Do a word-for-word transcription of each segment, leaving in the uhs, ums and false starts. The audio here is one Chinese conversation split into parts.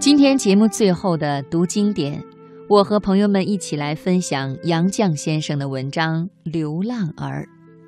今天节目最后的读经典，我和朋友们一起来分享杨绛先生的文章《流浪儿》。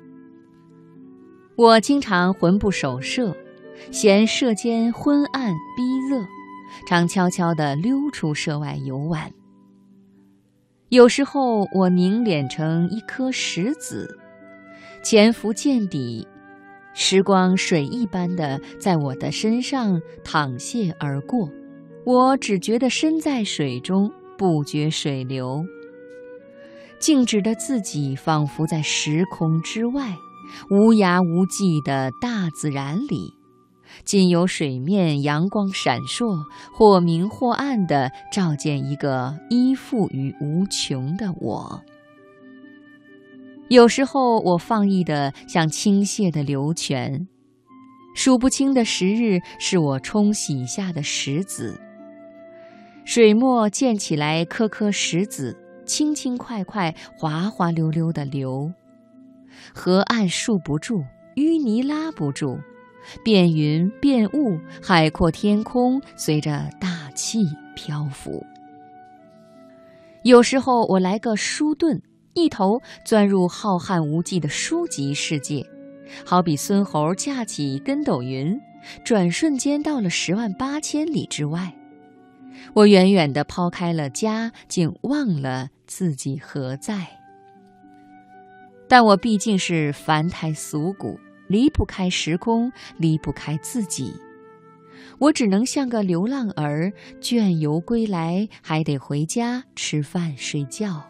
我经常魂不守舍，嫌舍间昏暗逼仄，常悄悄地溜出舍外游玩。有时候我凝练成一颗石子，潜伏见底，时光水一般的在我的身上淌泻而过，我只觉得身在水中，不觉水流。静止的自己仿佛在时空之外，无涯无际的大自然里，仅有水面阳光闪烁，或明或暗地照见一个依附于无穷的我。有时候我放逸得像倾泻的流泉，数不清的时日是我冲洗下的石子。水墨溅起来颗颗石子，轻轻快快滑滑溜溜地流。河岸束不住，淤泥拉不住，变云变雾，海阔天空随着大气漂浮。有时候我来个书遁，一头钻入浩瀚无际的书籍世界，好比孙猴架起跟斗云，转瞬间到了十万八千里之外。我远远地抛开了家，竟忘了自己何在。但我毕竟是凡胎俗骨，离不开时空，离不开自己。我只能像个流浪儿，倦游归来，还得回家吃饭睡觉。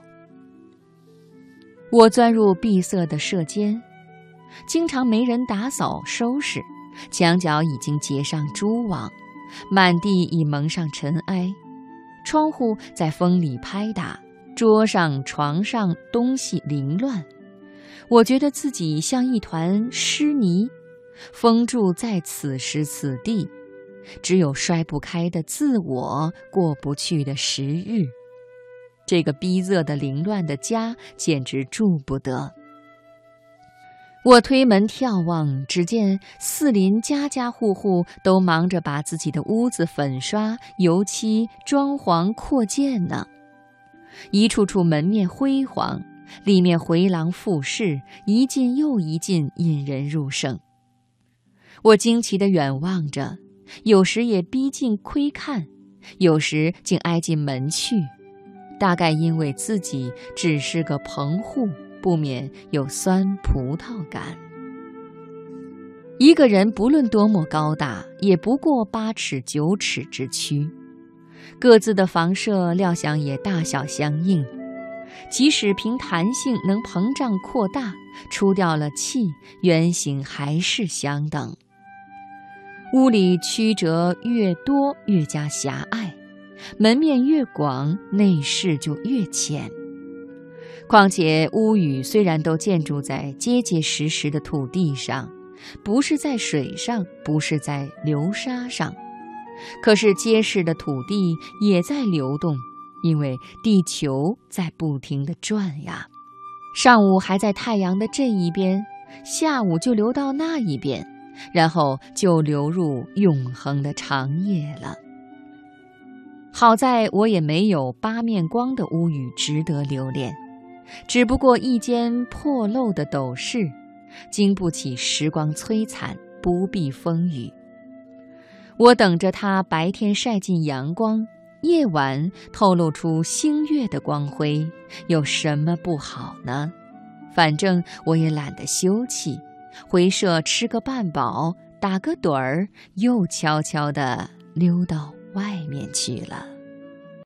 我钻入闭塞的舍间，经常没人打扫收拾，墙角已经结上蛛网，满地已蒙上尘埃，窗户在风里拍打，桌上床上东西凌乱。我觉得自己像一团湿泥，封住在此时此地，只有摔不开的自我，过不去的时日。这个逼仄的凌乱的家简直住不得。我推门眺望，只见四邻家家户户都忙着把自己的屋子粉刷、油漆、装潢、扩建呢。一处处门面辉煌，里面回廊复式，一进又一进，引人入胜。我惊奇地远望着，有时也逼近窥看，有时竟挨进门去，大概因为自己只是个棚户，不免有酸葡萄感。一个人不论多么高大，也不过八尺九尺之躯，各自的房舍料想也大小相应，即使凭弹性能膨胀扩大，出掉了气，圆形还是相等。屋里曲折越多，越加狭隘，门面越广，内饰就越浅。况且屋宇虽然都建筑在结结实实的土地上，不是在水上，不是在流沙上，可是结实的土地也在流动，因为地球在不停地转呀。上午还在太阳的这一边，下午就流到那一边，然后就流入永恒的长夜了。好在我也没有八面光的屋宇值得留恋，只不过一间破漏的斗室，经不起时光摧残，不避风雨。我等着它白天晒进阳光，夜晚透露出星月的光辉，有什么不好呢？反正我也懒得休憩，回舍吃个半饱，打个盹儿，又悄悄地溜到外面去了。